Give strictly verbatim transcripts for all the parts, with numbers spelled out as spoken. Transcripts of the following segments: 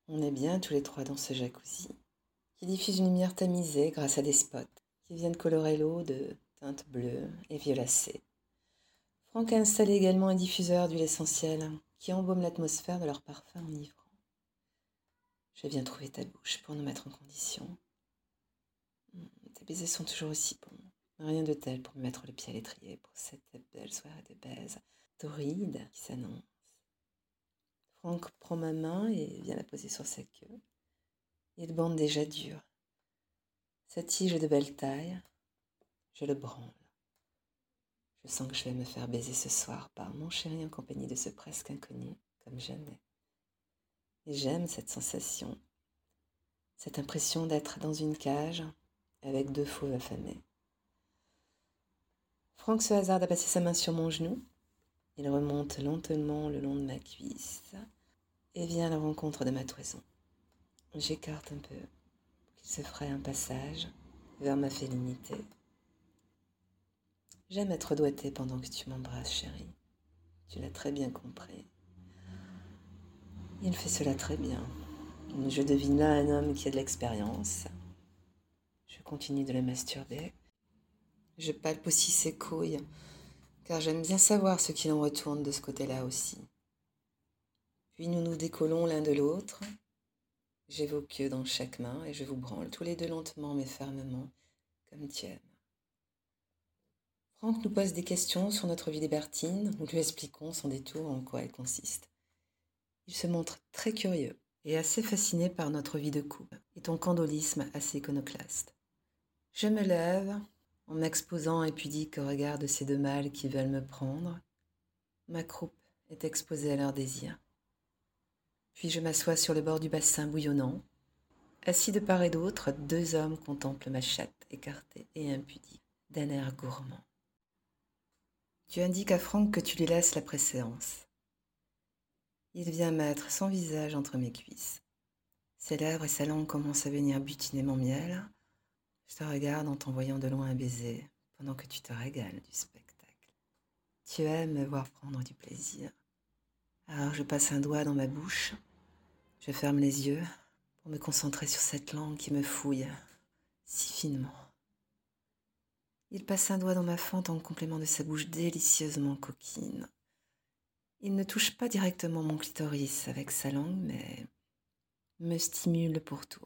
On est bien tous les trois dans ce jacuzzi, qui diffuse une lumière tamisée grâce à des spots qui viennent colorer l'eau de teintes bleues et violacées. Franck a installé également un diffuseur d'huile essentielle qui embaume l'atmosphère de leur parfum enivrant. Je viens trouver ta bouche pour nous mettre en condition. Tes baisers sont toujours aussi bons. Rien de tel pour me mettre le pied à l'étrier pour cette belle soirée de baise torride qui s'annonce. Franck prend ma main et vient la poser sur sa queue. Il bande déjà dur. Sa tige est de belle taille. Je le branle. Je sens que je vais me faire baiser ce soir par mon chéri en compagnie de ce presque inconnu, comme jamais. Et j'aime cette sensation, cette impression d'être dans une cage avec deux fauves affamés. Franck se hasarde à passer sa main sur mon genou. Il remonte lentement le long de ma cuisse et vient à la rencontre de ma toison. J'écarte un peu pour qu'il se fraye un passage vers ma félinité. J'aime être doigtée pendant que tu m'embrasses, chérie. Tu l'as très bien compris. Il fait cela très bien. Je devine là un homme qui a de l'expérience. Je continue de le masturber. Je palpe aussi ses couilles, car j'aime bien savoir ce qu'il en retourne de ce côté-là aussi. Puis nous nous décollons l'un de l'autre. J'ai vos queues dans chaque main et je vous branle tous les deux lentement mais fermement, comme tu aimes. Franck nous pose des questions sur notre vie libertine. Nous lui expliquons sans détour en quoi elle consiste. Il se montre très curieux et assez fasciné par notre vie de couple et ton candolisme assez iconoclaste. Je me lève en m'exposant impudique au regard de ces deux mâles qui veulent me prendre. Ma croupe est exposée à leur désir. Puis je m'assois sur le bord du bassin bouillonnant. Assis de part et d'autre, deux hommes contemplent ma chatte écartée et impudique, d'un air gourmand. Tu indiques à Franck que tu lui laisses la préséance. Il vient mettre son visage entre mes cuisses. Ses lèvres et sa langue commencent à venir butiner mon miel. Je te regarde en t'envoyant de loin un baiser, pendant que tu te régales du spectacle. Tu aimes me voir prendre du plaisir. Alors je passe un doigt dans ma bouche. Je ferme les yeux pour me concentrer sur cette langue qui me fouille si finement. Il passe un doigt dans ma fente en complément de sa bouche délicieusement coquine. Il ne touche pas directement mon clitoris avec sa langue, mais me stimule pour tout.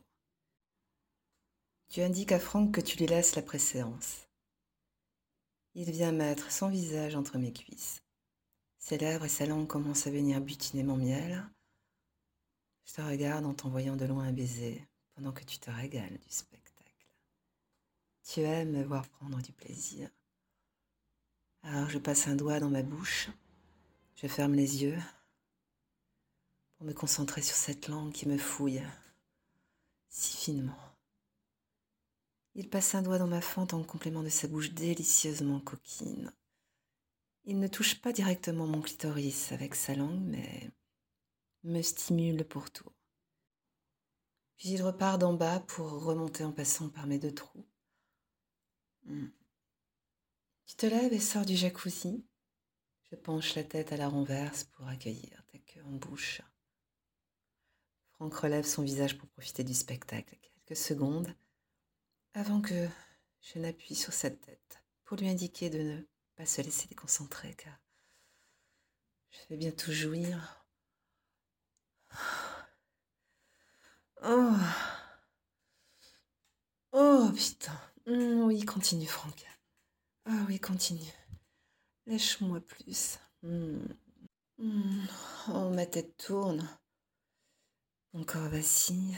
Tu indiques à Franck que tu lui laisses la préséance. Il vient mettre son visage entre mes cuisses. Ses lèvres et sa langue commencent à venir butiner mon miel. Je te regarde en t'envoyant de loin un baiser, pendant que tu te régales du spectacle. Tu aimes me voir prendre du plaisir. Alors je passe un doigt dans ma bouche. Je ferme les yeux pour me concentrer sur cette langue qui me fouille si finement. Il passe un doigt dans ma fente en complément de sa bouche délicieusement coquine. Il ne touche pas directement mon clitoris avec sa langue, mais me stimule pour tout. Puis il repart d'en bas pour remonter en passant par mes deux trous. Hmm. Tu te lèves et sors du jacuzzi. Je penche la tête à la renverse pour accueillir ta queue en bouche. Franck relève son visage pour profiter du spectacle quelques secondes avant que je n'appuie sur sa tête pour lui indiquer de ne pas se laisser déconcentrer car je vais bientôt jouir. Oh, oh putain. Mmh, oui, continue Franck. Ah oui, continue. Lâche-moi plus. Mmh. Mmh. Oh, ma tête tourne. Mon corps vacille.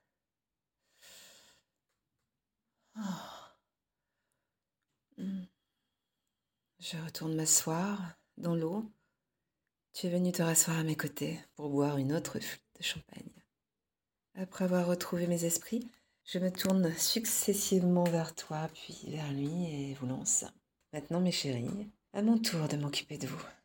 Oh. Mmh. Je retourne m'asseoir dans l'eau. Tu es venu te rasseoir à mes côtés pour boire une autre flûte de champagne. Après avoir retrouvé mes esprits, je me tourne successivement vers toi, puis vers lui et vous lance. Maintenant, mes chéris, à mon tour de m'occuper de vous.